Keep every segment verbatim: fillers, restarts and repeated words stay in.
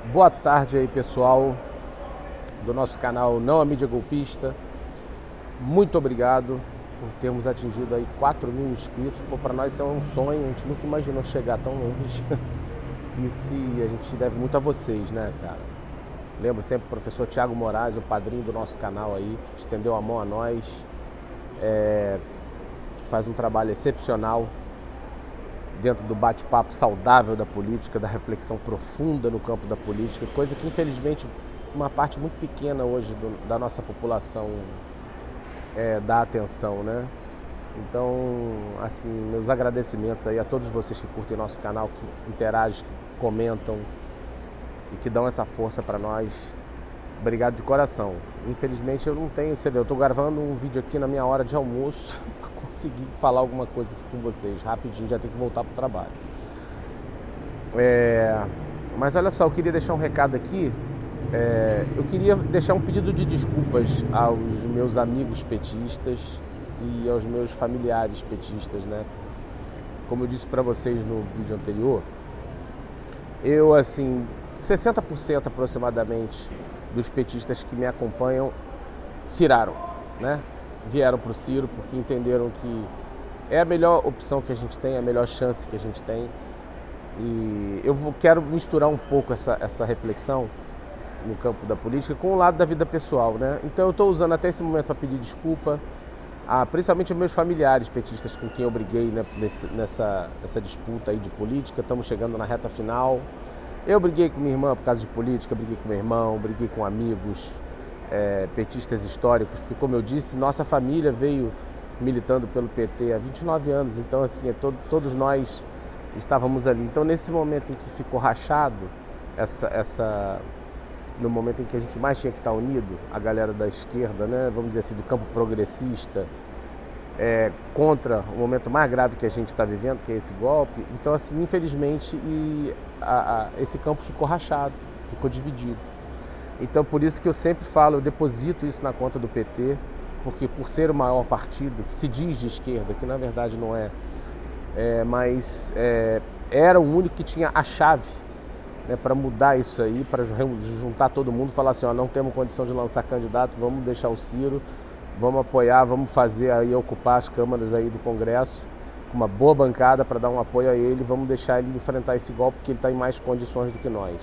Boa tarde aí, pessoal do nosso canal Não a Mídia Golpista. Muito obrigado por termos atingido aí quatro mil inscritos. Pô, para nós isso é um sonho, a gente nunca imaginou chegar tão longe. E se a gente deve muito a vocês, né, cara? Lembro sempre o professor Tiago Moraes, o padrinho do nosso canal aí, estendeu a mão a nós, é, que faz um trabalho excepcional dentro do bate-papo saudável da política, da reflexão profunda no campo da política, coisa que infelizmente uma parte muito pequena hoje do, da nossa população é, dá atenção, né? Então, assim, meus agradecimentos aí a todos vocês que curtem nosso canal, que interagem, que comentam e que dão essa força para nós. Obrigado de coração. Infelizmente eu não tenho, você vê, eu estou gravando um vídeo aqui na minha hora de almoço para conseguir falar alguma coisa aqui com vocês. Rapidinho, já tenho que voltar para o trabalho. É, mas olha só, eu queria deixar um recado aqui. É, eu queria deixar um pedido de desculpas aos meus amigos petistas e aos meus familiares petistas, né? Como eu disse para vocês no vídeo anterior, eu, assim, sessenta por cento aproximadamente dos petistas que me acompanham ciraram, né? Vieram para o Ciro porque entenderam que é a melhor opção que a gente tem, a melhor chance que a gente tem. E eu vou, quero misturar um pouco essa, essa reflexão no campo da política com o lado da vida pessoal, né? Então eu estou usando até esse momento para pedir desculpa a, principalmente aos meus familiares petistas com quem eu briguei, né, nesse, nessa, nessa disputa aí de política. Estamos chegando na reta final. Eu briguei com minha irmã por causa de política, briguei com meu irmão, briguei com amigos é, petistas históricos, porque, como eu disse, nossa família veio militando pelo P T há vinte e nove anos, então, assim, é todo, todos nós estávamos ali. Então, nesse momento em que ficou rachado, essa, essa, no momento em que a gente mais tinha que estar unido, a galera da esquerda, né, vamos dizer assim, do campo progressista, É, contra o momento mais grave que a gente está vivendo, que é esse golpe. Então, assim, infelizmente, e a, a, esse campo ficou rachado, ficou dividido. Então, por isso que eu sempre falo, eu deposito isso na conta do P T, porque por ser o maior partido, que se diz de esquerda, que na verdade não é, é mas é, era o único que tinha a chave, né, para mudar isso aí, para juntar todo mundo e falar assim, ó, não temos condição de lançar candidato, vamos deixar o Ciro, vamos apoiar, vamos fazer aí, ocupar as câmaras aí do Congresso com uma boa bancada para dar um apoio a ele, vamos deixar ele enfrentar esse golpe porque ele está em mais condições do que nós.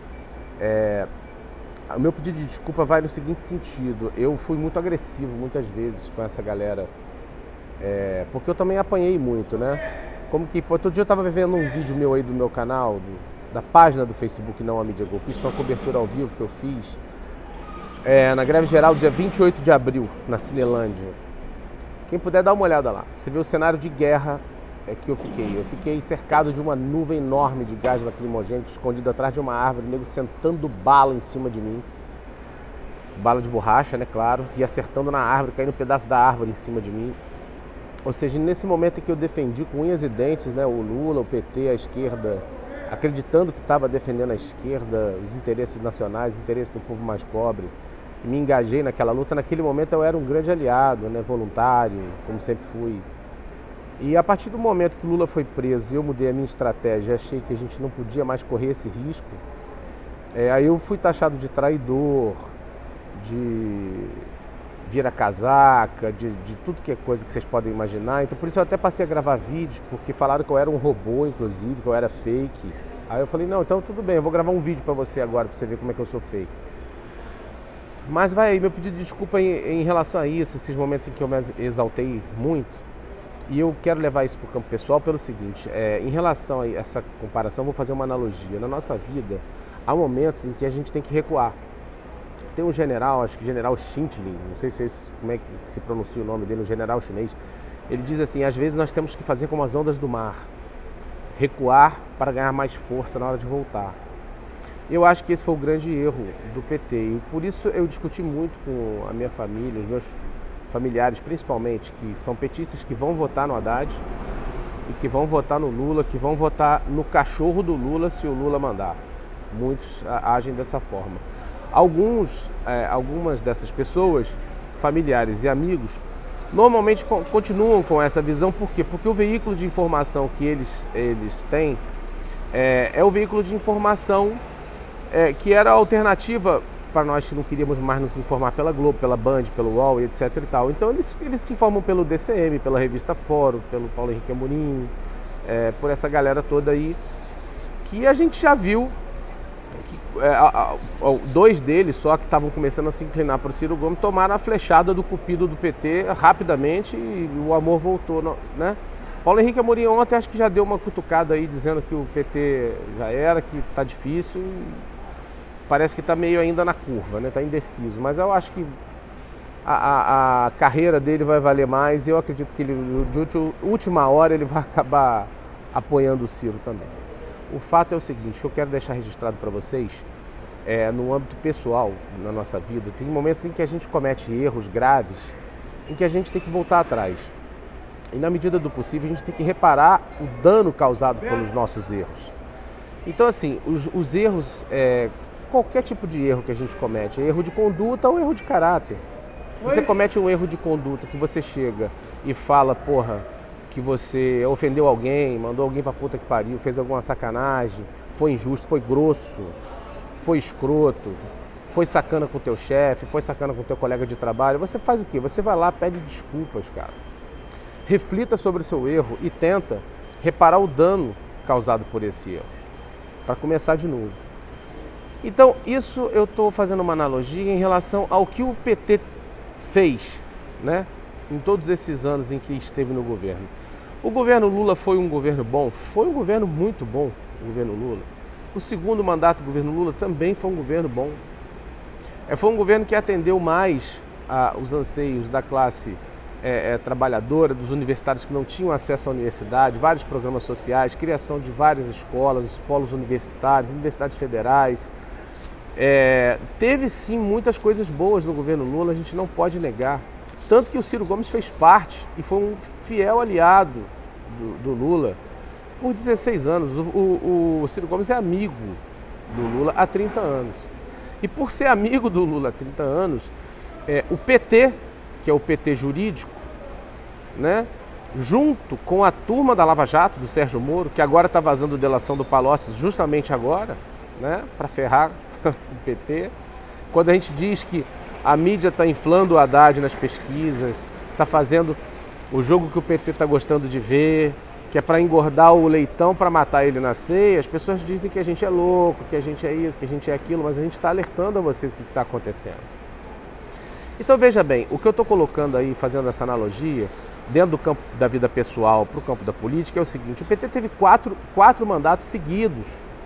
É, o meu pedido de desculpa vai no seguinte sentido, eu fui muito agressivo muitas vezes com essa galera, é, porque eu também apanhei muito, né? Como que, pô, outro dia eu estava vendo um vídeo meu aí do meu canal, do, da página do Facebook Não a Mídia Golpista, uma cobertura ao vivo que eu fiz, É, na greve geral, dia vinte e oito de abril, na Cinelândia. Quem puder dar uma olhada lá. Você vê o cenário de guerra é, que eu fiquei. Eu fiquei cercado de uma nuvem enorme de gás lacrimogêneo, escondido atrás de uma árvore, nego sentando bala em cima de mim. Bala de borracha, né, claro, e acertando na árvore, caindo um pedaço da árvore em cima de mim. Ou seja, nesse momento em que eu defendi com unhas e dentes, né, o Lula, o P T, a esquerda, acreditando que estava defendendo a esquerda, os interesses nacionais, os interesses do povo mais pobre, me engajei naquela luta. Naquele momento eu era um grande aliado, né, voluntário, como sempre fui. E a partir do momento que Lula foi preso e eu mudei a minha estratégia, achei que a gente não podia mais correr esse risco, é, aí eu fui taxado de traidor, de vira-casaca, de, de tudo que é coisa que vocês podem imaginar. Então por isso eu até passei a gravar vídeos, porque falaram que eu era um robô, inclusive, que eu era fake. Aí eu falei, não, então tudo bem, eu vou gravar um vídeo pra você agora, pra você ver como é que eu sou fake. Mas vai aí, meu pedido de desculpa em, em relação a isso, esses momentos em que eu me exaltei muito. E eu quero levar isso para o campo pessoal pelo seguinte, é, em relação a essa comparação, vou fazer uma analogia. Na nossa vida, há momentos em que a gente tem que recuar. Tem um general, acho que general Xintilin, não sei se é esse, como é que se pronuncia o nome dele, um general chinês. Ele diz assim, às vezes nós temos que fazer como as ondas do mar, recuar para ganhar mais força na hora de voltar. Eu acho que esse foi o grande erro do P T e por isso eu discuti muito com a minha família, os meus familiares principalmente, que são petistas, que vão votar no Haddad e que vão votar no Lula, que vão votar no cachorro do Lula se o Lula mandar. Muitos agem dessa forma. Alguns, é, algumas dessas pessoas, familiares e amigos, normalmente continuam com essa visão. Por quê? Porque o veículo de informação que eles, eles têm é, é o veículo de informação é, que era a alternativa para nós que não queríamos mais nos informar pela Globo, pela Band, pelo U O L, etc e tal. Então eles, eles se informam pelo D C M, pela revista Fórum, pelo Paulo Henrique Amorim, é, por essa galera toda aí, que a gente já viu, que, é, a, a, dois deles só que estavam começando a se inclinar para o Ciro Gomes, tomaram a flechada do cupido do P T rapidamente e o amor voltou, né? Paulo Henrique Amorim ontem acho que já deu uma cutucada aí, dizendo que o P T já era, que está difícil. Parece que está meio ainda na curva, né? Está indeciso, mas eu acho que a, a, a carreira dele vai valer mais e eu acredito que ele, de última hora ele vai acabar apoiando o Ciro também. O fato é o seguinte, que eu quero deixar registrado para vocês, é, no âmbito pessoal, na nossa vida, tem momentos em que a gente comete erros graves, em que a gente tem que voltar atrás. E na medida do possível a gente tem que reparar o dano causado pelos nossos erros. Então assim, os, os erros... É, qualquer tipo de erro que a gente comete, erro de conduta ou erro de caráter. Se você comete um erro de conduta, que você chega e fala, porra, que você ofendeu alguém, mandou alguém pra puta que pariu, fez alguma sacanagem, foi injusto, foi grosso, foi escroto, foi sacana com o teu chefe, foi sacana com o teu colega de trabalho, você faz o quê? Você vai lá, pede desculpas, cara. Reflita sobre o seu erro e tenta reparar o dano causado por esse erro, para começar de novo. Então, isso eu estou fazendo uma analogia em relação ao que o P T fez, né, em todos esses anos em que esteve no governo. O governo Lula foi um governo bom? Foi um governo muito bom, o governo Lula. O segundo mandato do governo Lula também foi um governo bom. É, foi um governo que atendeu mais a, os anseios da classe é, é, trabalhadora, dos universitários que não tinham acesso à universidade, vários programas sociais, criação de várias escolas, polos universitários, universidades federais. É, teve sim muitas coisas boas no governo Lula, a gente não pode negar. Tanto que o Ciro Gomes fez parte e foi um fiel aliado do, do Lula por dezesseis anos. O, o, o Ciro Gomes é amigo do Lula há trinta anos. E por ser amigo do Lula há trinta anos, é, o P T, que é o P T jurídico, né, junto com a turma da Lava Jato, do Sérgio Moro, que agora está vazando delação do Palocci justamente agora, né, para ferrar o P T. Quando a gente diz que a mídia está inflando o Haddad nas pesquisas, está fazendo o jogo que o P T está gostando de ver, que é para engordar o leitão para matar ele na ceia, as pessoas dizem que a gente é louco, que a gente é isso, que a gente é aquilo, mas a gente está alertando a vocês o que está acontecendo. Então veja bem, o que eu estou colocando aí, fazendo essa analogia, dentro do campo da vida pessoal para o campo da política, é o seguinte: o P T teve quatro, quatro mandatos seguidos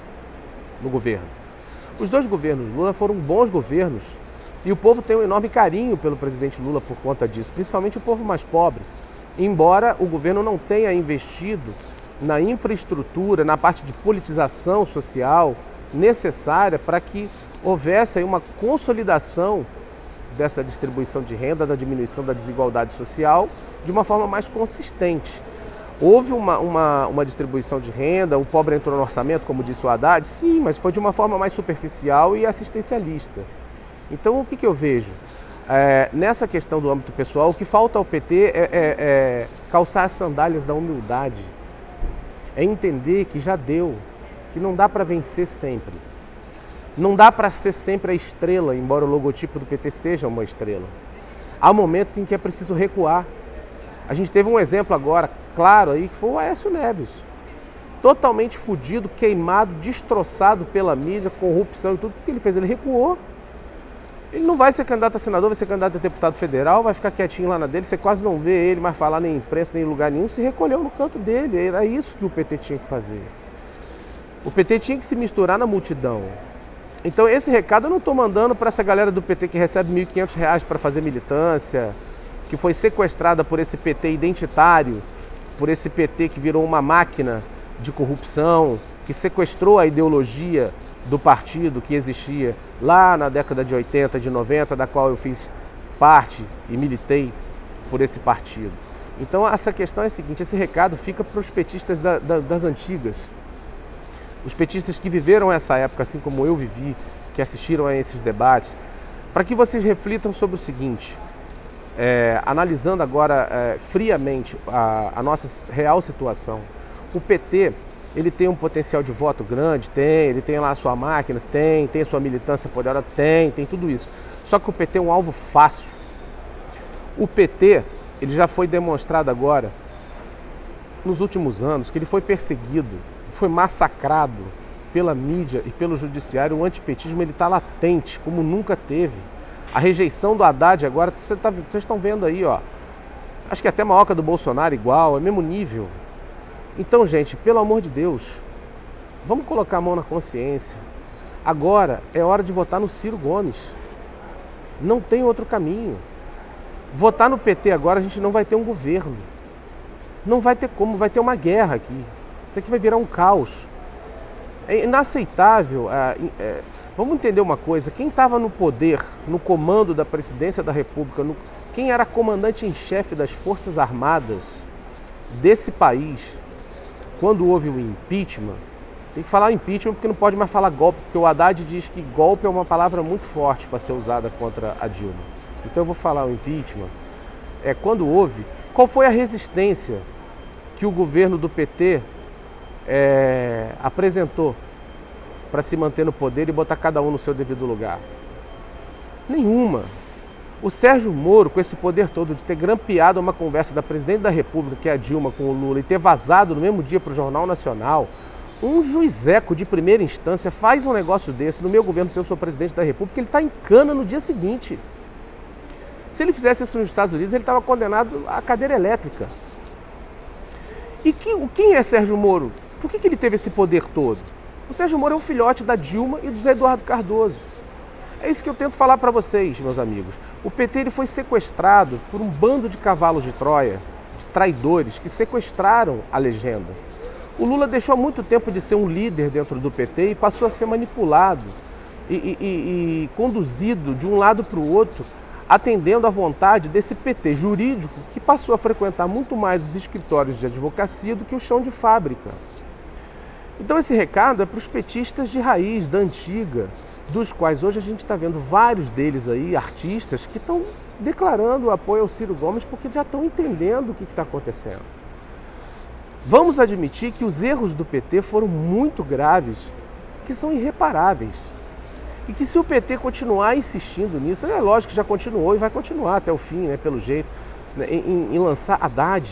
no governo. Os dois governos Lula foram bons governos e o povo tem um enorme carinho pelo presidente Lula por conta disso, principalmente o povo mais pobre. Embora o governo não tenha investido na infraestrutura, na parte de politização social necessária para que houvesse aí uma consolidação dessa distribuição de renda, da diminuição da desigualdade social de uma forma mais consistente. Houve uma, uma, uma distribuição de renda, o pobre entrou no orçamento, como disse o Haddad, sim, mas foi de uma forma mais superficial e assistencialista. Então o que, que eu vejo? É, nessa questão do âmbito pessoal, o que falta ao P T é, é, é calçar as sandálias da humildade, é entender que já deu, que não dá para vencer sempre. Não dá para ser sempre a estrela, embora o logotipo do P T seja uma estrela. Há momentos em que é preciso recuar. A gente teve um exemplo agora, claro, aí, que foi o Aécio Neves. Totalmente fudido, queimado, destroçado pela mídia, corrupção e tudo. O que ele fez? Ele recuou. Ele não vai ser candidato a senador, vai ser candidato a deputado federal, vai ficar quietinho lá na dele, você quase não vê ele mais falar nem em imprensa, nem em lugar nenhum, se recolheu no canto dele. Era isso que o P T tinha que fazer. O P T tinha que se misturar na multidão. Então esse recado eu não estou mandando para essa galera do P T que recebe mil e quinhentos reais para fazer militância, que foi sequestrada por esse P T identitário, por esse P T que virou uma máquina de corrupção, que sequestrou a ideologia do partido que existia lá na década de oitenta, de noventa, da qual eu fiz parte e militei por esse partido. Então essa questão é a seguinte, esse recado fica para os petistas da, da, das antigas, os petistas que viveram essa época, assim como eu vivi, que assistiram a esses debates, para que vocês reflitam sobre o seguinte, é, analisando agora é, friamente a, a nossa real situação. O P T Ele tem um potencial de voto grande? Tem. Ele tem lá a sua máquina? Tem. Tem a sua militância poderosa? Tem. Tem tudo isso. Só que o P T é um alvo fácil. O P T, ele já foi demonstrado agora, nos últimos anos, que ele foi perseguido, foi massacrado pela mídia e pelo judiciário. O antipetismo ele está latente, como nunca teve. A rejeição do Haddad agora, vocês tá, estão vendo aí, ó. Acho que até maior que a do Bolsonaro, igual, é o mesmo nível. Então, gente, pelo amor de Deus, vamos colocar a mão na consciência. Agora é hora de votar no Ciro Gomes. Não tem outro caminho. Votar no P T agora, a gente não vai ter um governo. Não vai ter como, vai ter uma guerra aqui. Isso aqui vai virar um caos. É inaceitável. É, é, vamos entender uma coisa, quem estava no poder, no comando da presidência da República, no, quem era comandante em chefe das Forças Armadas desse país, quando houve o impeachment, tem que falar impeachment porque não pode mais falar golpe, porque o Haddad diz que golpe é uma palavra muito forte para ser usada contra a Dilma. Então eu vou falar o impeachment. É, quando houve, qual foi a resistência que o governo do P T é, apresentou para se manter no poder e botar cada um no seu devido lugar? Nenhuma. O Sérgio Moro, com esse poder todo de ter grampeado uma conversa da presidente da República, que é a Dilma, com o Lula, e ter vazado no mesmo dia para o Jornal Nacional, um juizeco de primeira instância faz um negócio desse no meu governo, se eu sou presidente da República, ele está em cana no dia seguinte. Se ele fizesse isso nos Estados Unidos, ele estava condenado à cadeira elétrica. E que, quem é Sérgio Moro? Por que, que ele teve esse poder todo? O Sérgio Moro é um filhote da Dilma e do Zé Eduardo Cardoso. É isso que eu tento falar para vocês, meus amigos. O P T ele foi sequestrado por um bando de cavalos de Troia, de traidores, que sequestraram a legenda. O Lula deixou há muito tempo de ser um líder dentro do P T e passou a ser manipulado e, e, e, e conduzido de um lado para o outro, atendendo à vontade desse P T jurídico que passou a frequentar muito mais os escritórios de advocacia do que o chão de fábrica. Então esse recado é para os petistas de raiz, da antiga, dos quais hoje a gente está vendo vários deles aí, artistas, que estão declarando o apoio ao Ciro Gomes porque já estão entendendo o que está acontecendo. Vamos admitir que os erros do P T foram muito graves, que são irreparáveis. E que se o P T continuar insistindo nisso, é lógico que já continuou e vai continuar até o fim, né, pelo jeito, né, em, em lançar Haddad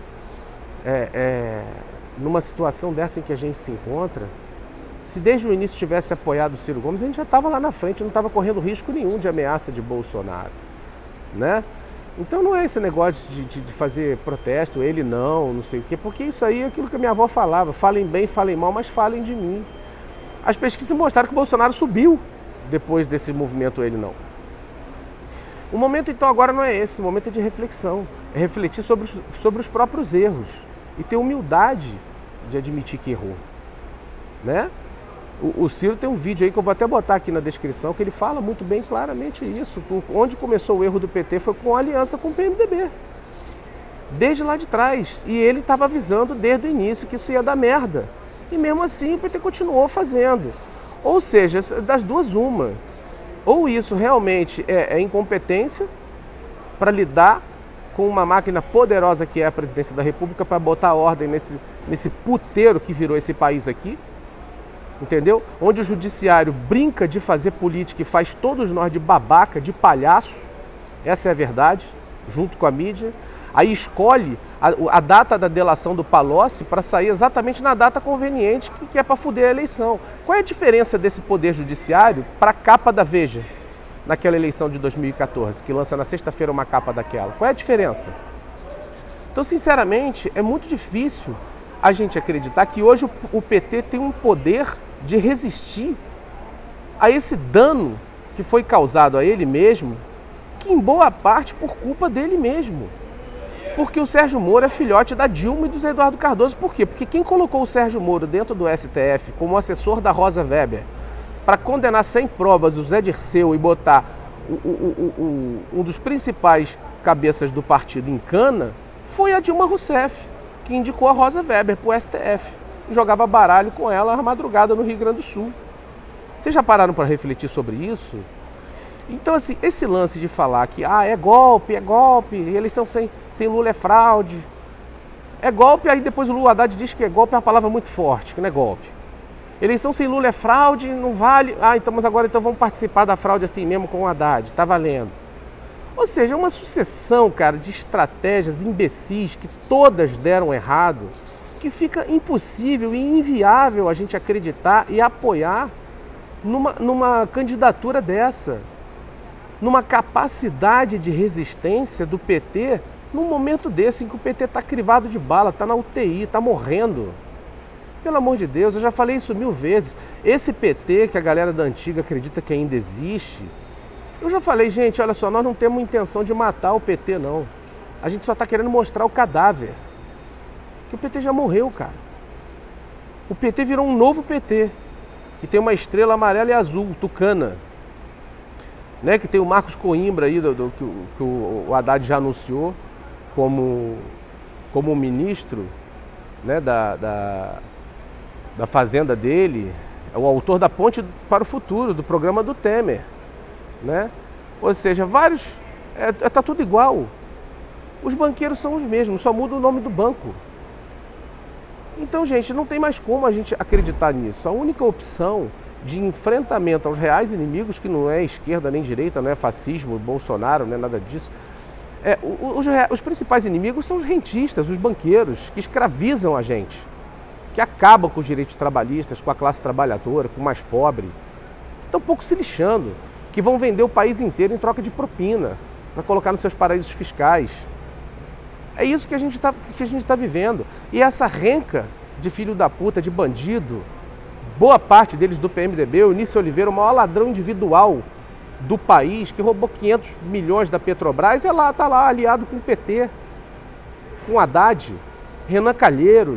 é, é, numa situação dessa em que a gente se encontra. Se desde o início tivesse apoiado o Ciro Gomes, a gente já estava lá na frente, não estava correndo risco nenhum de ameaça de Bolsonaro, né? Então não é esse negócio de, de, de fazer protesto, ele não, não sei o quê, porque isso aí é aquilo que a minha avó falava, falem bem, falem mal, mas falem de mim. As pesquisas mostraram que o Bolsonaro subiu depois desse movimento ele não. O momento então agora não é esse, o momento é de reflexão, é refletir sobre os, sobre os próprios erros e ter humildade de admitir que errou, né? O, o Ciro tem um vídeo aí que eu vou até botar aqui na descrição, que ele fala muito bem claramente isso. Onde começou o erro do P T foi com a aliança com o P M D B. Desde lá de trás. E ele estava avisando desde o início que isso ia dar merda. E mesmo assim o P T continuou fazendo. Ou seja, das duas uma. Ou isso realmente é, é incompetência para lidar com uma máquina poderosa que é a presidência da República, para botar ordem nesse, nesse puteiro que virou esse país aqui. Entendeu? Onde o judiciário brinca de fazer política e faz todos nós de babaca, de palhaço. Essa é a verdade, junto com a mídia. Aí escolhe a, a data da delação do Palocci para sair exatamente na data conveniente, que, que é para fuder a eleição. Qual é a diferença desse poder judiciário para a capa da Veja, naquela eleição de dois mil e quatorze, que lança na sexta-feira uma capa daquela? Qual é a diferença? Então, sinceramente, é muito difícil a gente acreditar que hoje o, o P T tem um poder de resistir a esse dano que foi causado a ele mesmo, que em boa parte por culpa dele mesmo. Porque o Sérgio Moro é filhote da Dilma e do Zé Eduardo Cardoso. Por quê? Porque quem colocou o Sérgio Moro dentro do S T F como assessor da Rosa Weber para condenar sem provas o Zé Dirceu e botar o, o, o, o, um dos principais cabeças do partido em cana foi a Dilma Rousseff, que indicou a Rosa Weber para o S T F. Jogava baralho com ela à madrugada no Rio Grande do Sul. Vocês já pararam para refletir sobre isso? Então, assim, esse lance de falar que ah, é golpe, é golpe, eleição sem, sem Lula é fraude, É golpe, aí depois o Lula Haddad diz que é golpe é uma palavra muito forte, que não é golpe. Eleição sem Lula é fraude, não vale. Ah, então, mas agora então vamos participar da fraude assim mesmo com o Haddad, tá valendo. Ou seja, é uma sucessão, cara, de estratégias imbecis que todas deram errado, que fica impossível e inviável a gente acreditar e apoiar numa, numa candidatura dessa, numa capacidade de resistência do P T num momento desse em que o P T está crivado de bala, está na U T I, está morrendo. Pelo amor de Deus, eu já falei isso mil vezes. Esse P T que a galera da antiga acredita que ainda existe, eu já falei, gente, olha só, nós não temos intenção de matar o P T, não. A gente só está querendo mostrar o cadáver. Que o P T já morreu, cara. O P T virou um novo P T, que tem uma estrela amarela e azul, tucana. Né, que tem o Marcos Coimbra aí, do, do, que, o, que o Haddad já anunciou como, como ministro, né, da, da, da fazenda dele, é o autor da Ponte para o Futuro, do programa do Temer. Né? Ou seja, vários, é, é, tá tudo igual. Os banqueiros são os mesmos, só muda o nome do banco. Então, gente, não tem mais como a gente acreditar nisso. A única opção de enfrentamento aos reais inimigos, que não é esquerda nem direita, não é fascismo, Bolsonaro, não é nada disso. É, os, os principais inimigos são os rentistas, os banqueiros, que escravizam a gente, que acabam com os direitos trabalhistas, com a classe trabalhadora, com o mais pobre, que estão um pouco se lixando, que vão vender o país inteiro em troca de propina, para colocar nos seus paraísos fiscais. É isso que a gente está que a gente está vivendo. E essa renca de filho da puta, de bandido, boa parte deles do P M D B, o Eunício Oliveira, o maior ladrão individual do país, que roubou quinhentos milhões da Petrobras, é lá, tá lá aliado com o P T, com o Haddad, Renan Calheiros.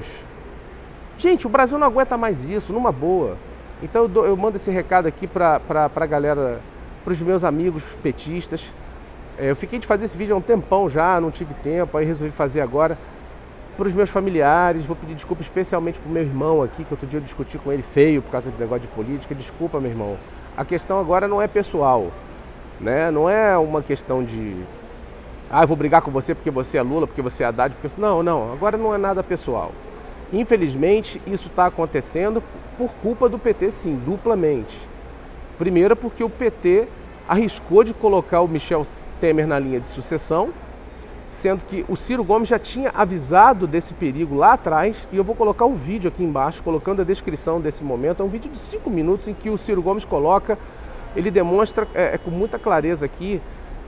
Gente, o Brasil não aguenta mais isso, numa boa. Então eu, dou, eu mando esse recado aqui para a galera, para os meus amigos petistas. É, eu fiquei de fazer esse vídeo há um tempão já, não tive tempo, aí resolvi fazer agora. Para os meus familiares, vou pedir desculpa especialmente para o meu irmão aqui, que outro dia eu discuti com ele feio por causa do negócio de política. Desculpa, meu irmão. A questão agora não é pessoal, né? Não é uma questão de... Ah, eu vou brigar com você porque você é Lula, porque você é Haddad, porque... Não, não, agora não é nada pessoal. Infelizmente, isso está acontecendo por culpa do P T, sim, duplamente. Primeiro porque o P T arriscou de colocar o Michel Temer na linha de sucessão, sendo que o Ciro Gomes já tinha avisado desse perigo lá atrás, e eu vou colocar um vídeo aqui embaixo, colocando a descrição desse momento. É um vídeo de cinco minutos em que o Ciro Gomes coloca, ele demonstra é, é, com muita clareza aqui,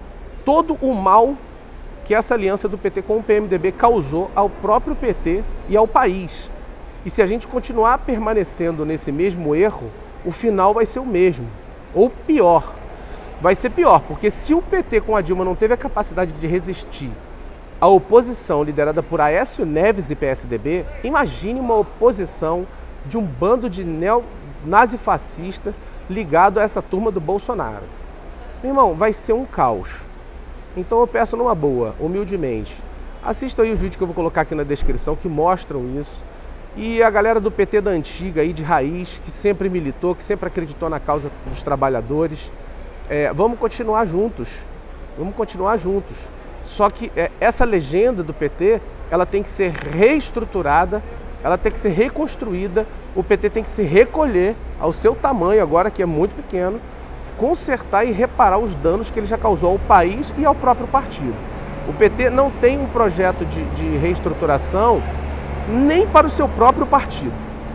todo o mal que essa aliança do P T com o P M D B causou ao próprio P T e ao país. E se a gente continuar permanecendo nesse mesmo erro, o final vai ser o mesmo, ou pior. Vai ser pior, porque se o P T com a Dilma não teve a capacidade de resistir à oposição liderada por Aécio Neves e P S D B, imagine uma oposição de um bando de neo-nazifascistas ligado a essa turma do Bolsonaro. Meu irmão, vai ser um caos. Então eu peço numa boa, humildemente, assista aí os vídeos que eu vou colocar aqui na descrição que mostram isso. E a galera do P T da antiga aí, de raiz, que sempre militou, que sempre acreditou na causa dos trabalhadores, É, vamos continuar juntos, vamos continuar juntos. Só que é, essa legenda do P T, ela tem que ser reestruturada, ela tem que ser reconstruída, o P T tem que se recolher ao seu tamanho agora, que é muito pequeno, consertar e reparar os danos que ele já causou ao país e ao próprio partido. O P T não tem um projeto de, de reestruturação nem para o seu próprio partido.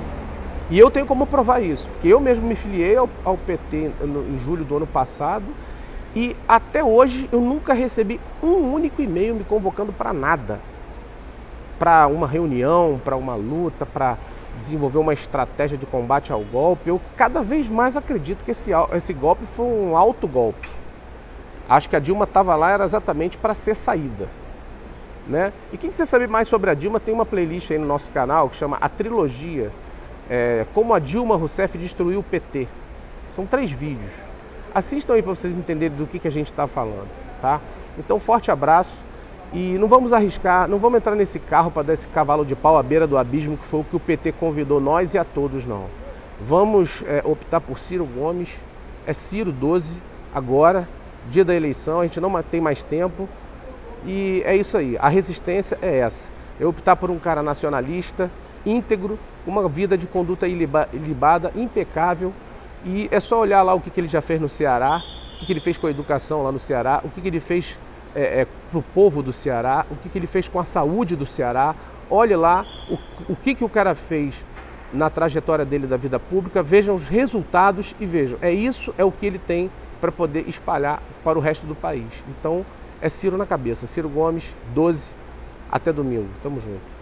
E eu tenho como provar isso, porque eu mesmo me filiei ao, ao P T no, em julho do ano passado e até hoje eu nunca recebi um único e-mail me convocando para nada. Para uma reunião, para uma luta, para desenvolver uma estratégia de combate ao golpe. Eu cada vez mais acredito que esse, esse golpe foi um autogolpe. Acho que a Dilma estava lá era exatamente para ser saída. Né? E quem quiser saber mais sobre a Dilma, tem uma playlist aí no nosso canal que chama A Trilogia. É, como a Dilma Rousseff destruiu o P T. São três vídeos. Assistam aí para vocês entenderem do que, que a gente está falando, tá? Então, forte abraço e não vamos arriscar, não vamos entrar nesse carro para dar esse cavalo de pau à beira do abismo, que foi o que o P T convidou nós e a todos, não. Vamos é, optar por Ciro Gomes, é Ciro doze, agora, dia da eleição, a gente não tem mais tempo e é isso aí, a resistência é essa. é optar por um cara nacionalista, íntegro, uma vida de conduta ilibada, impecável. E é só olhar lá o que, que ele já fez no Ceará, o que, que ele fez com a educação lá no Ceará, o que, que ele fez é, é, para o povo do Ceará, o que, que ele fez com a saúde do Ceará. Olhe lá o, o que, que o cara fez na trajetória dele da vida pública, vejam os resultados e vejam, é isso, é o que ele tem para poder espalhar para o resto do país. Então, é Ciro na cabeça. Ciro Gomes, doze, até domingo. Tamo junto.